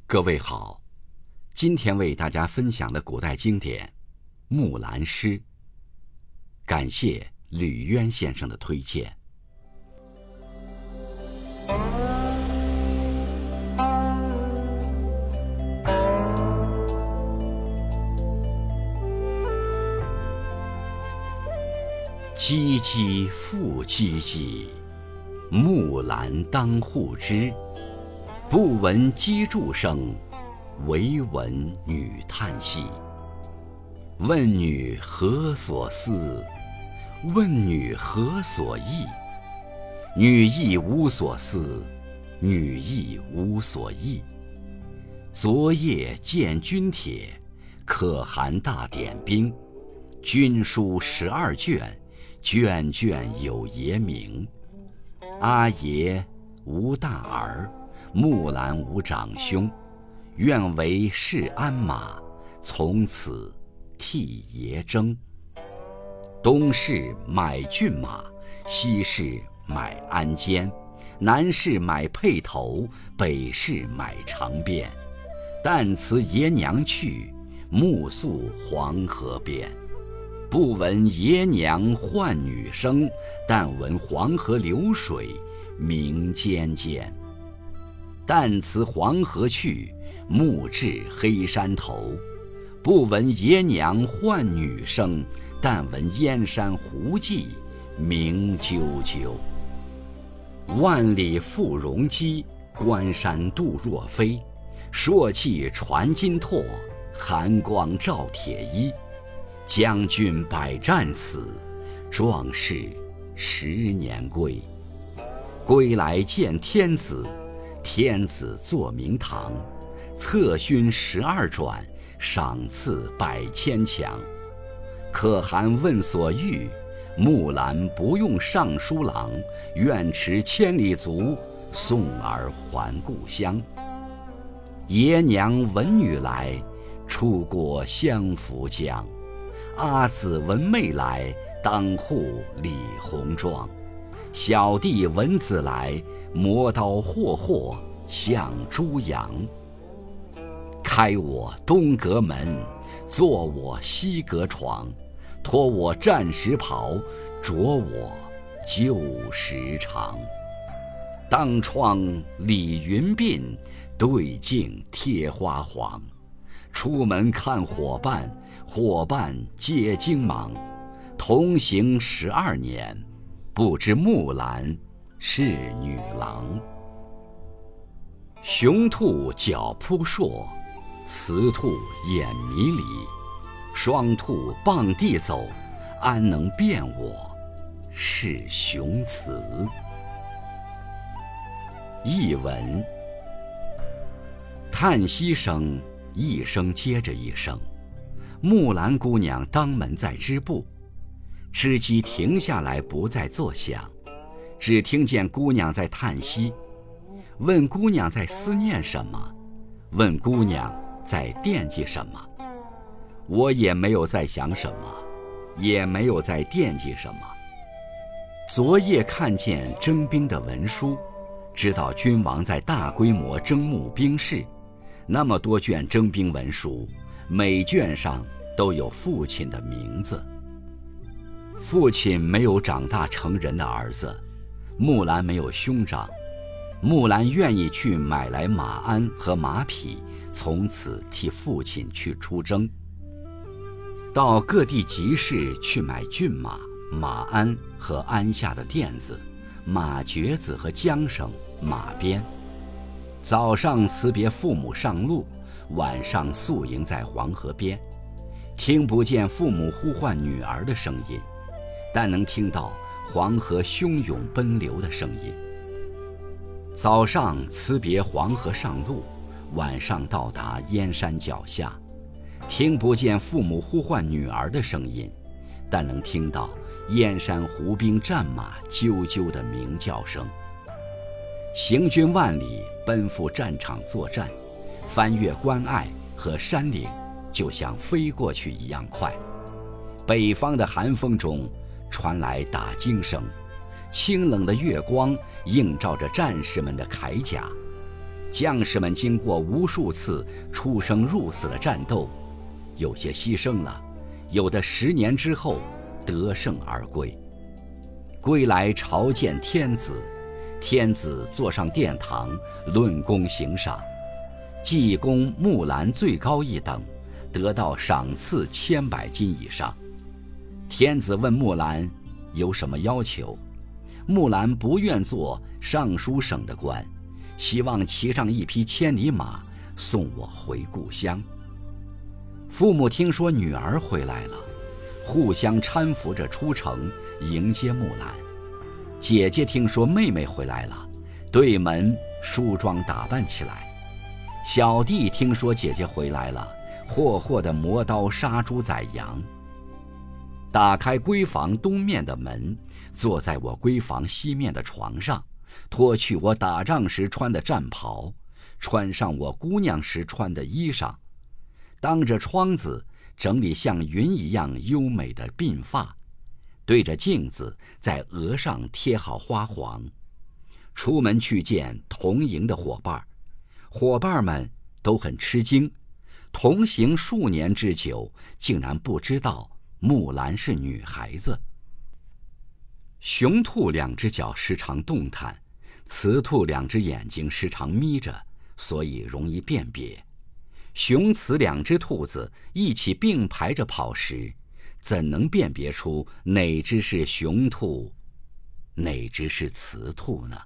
各位好，今天为大家分享的古代经典《木兰诗》，感谢吕渊先生的推荐。唧唧复唧唧，木兰当户织。不闻机杼声，惟闻女叹息。问女何所思？问女何所忆？女亦无所思，女亦无所忆。昨夜见军帖，可汗大点兵。军书12卷，卷卷有爷名。阿爷无大儿，木兰无长兄。愿为市鞍马，从此替爷征。东市买骏马，西市买鞍鞯。南市买辔头，北市买长鞭。但辞爷娘去，暮宿黄河边。不闻爷娘唤女声，但闻黄河流水鸣溅溅。但辞黄河去，暮至黑山头。不闻爷娘唤女声，但闻燕山胡骑鸣啾啾。万里赴戎机，关山度若飞。朔气传金柝，寒光照铁衣。将军百战死，壮士10年归。归来见天子，天子坐明堂。策勋12转，赏赐100千强。可汗问所欲，木兰不用尚书郎。愿驰千里足，送儿还故乡。爷娘闻女来，出过相扶江。阿姊闻妹来，当户理红妆。小弟闻姊来，磨刀霍霍向猪羊。开我东阁门，坐我西阁床。脱我战时袍，着我旧时裳。当窗理云鬓，对镜贴花黄。出门看伙伴，伙伴皆惊忙。同行12年，不知木兰是女郎。雄兔脚扑朔，雌兔眼迷离。双兔傍地走，安能辨我是雄雌？译文：叹息声一声接着一声。木兰姑娘当门在织布，织机停下来不再作响，只听见姑娘在叹息。问姑娘在思念什么？问姑娘在惦记什么？我也没有在想什么，也没有在惦记什么。昨夜看见征兵的文书，知道君王在大规模征募兵士。那么多卷征兵文书，每卷上都有父亲的名字。父亲没有长大成人的儿子，木兰没有兄长。木兰愿意去买来马鞍和马匹，从此替父亲去出征。到各地集市去买骏马、马鞍和鞍下的垫子、马橛子和缰绳、马鞭。早上辞别父母上路，晚上宿营在黄河边。听不见父母呼唤女儿的声音，但能听到黄河汹涌奔流的声音。早上辞别黄河上路，晚上到达燕山脚下。听不见父母呼唤女儿的声音，但能听到燕山胡兵战马啾啾的鸣叫声。行军万里，奔赴战场作战，翻越关隘和山岭，就像飞过去一样快。北方的寒风中传来打惊声，清冷的月光映照着战士们的铠甲。 将士们经过无数次出生入死的战斗，有些牺牲了，有的10年之后得胜而归。归来朝见天子，天子坐上殿堂，论功行赏。济公木兰最高一等，得到赏赐千百斤以上。天子问木兰有什么要求，木兰不愿做尚书省的官，希望骑上一匹千里马送我回故乡。父母听说女儿回来了，互相搀扶着出城迎接木兰。姐姐听说妹妹回来了，对门梳妆打扮起来。小弟听说姐姐回来了，霍霍地磨刀杀猪宰羊。打开闺房东面的门，坐在我闺房西面的床上，脱去我打仗时穿的战袍，穿上我姑娘时穿的衣裳，当着窗子整理像云一样优美的鬓发，对着镜子在额上贴好花黄。出门去见同营的伙伴，伙伴们都很吃惊，同行数年之久，竟然不知道木兰是女孩子。雄兔2只脚时常动弹，雌兔2只眼睛时常眯着，所以容易辨别。雄雌2只兔子一起并排着跑时，怎能辨别出哪只是雄兔，哪只是雌兔呢？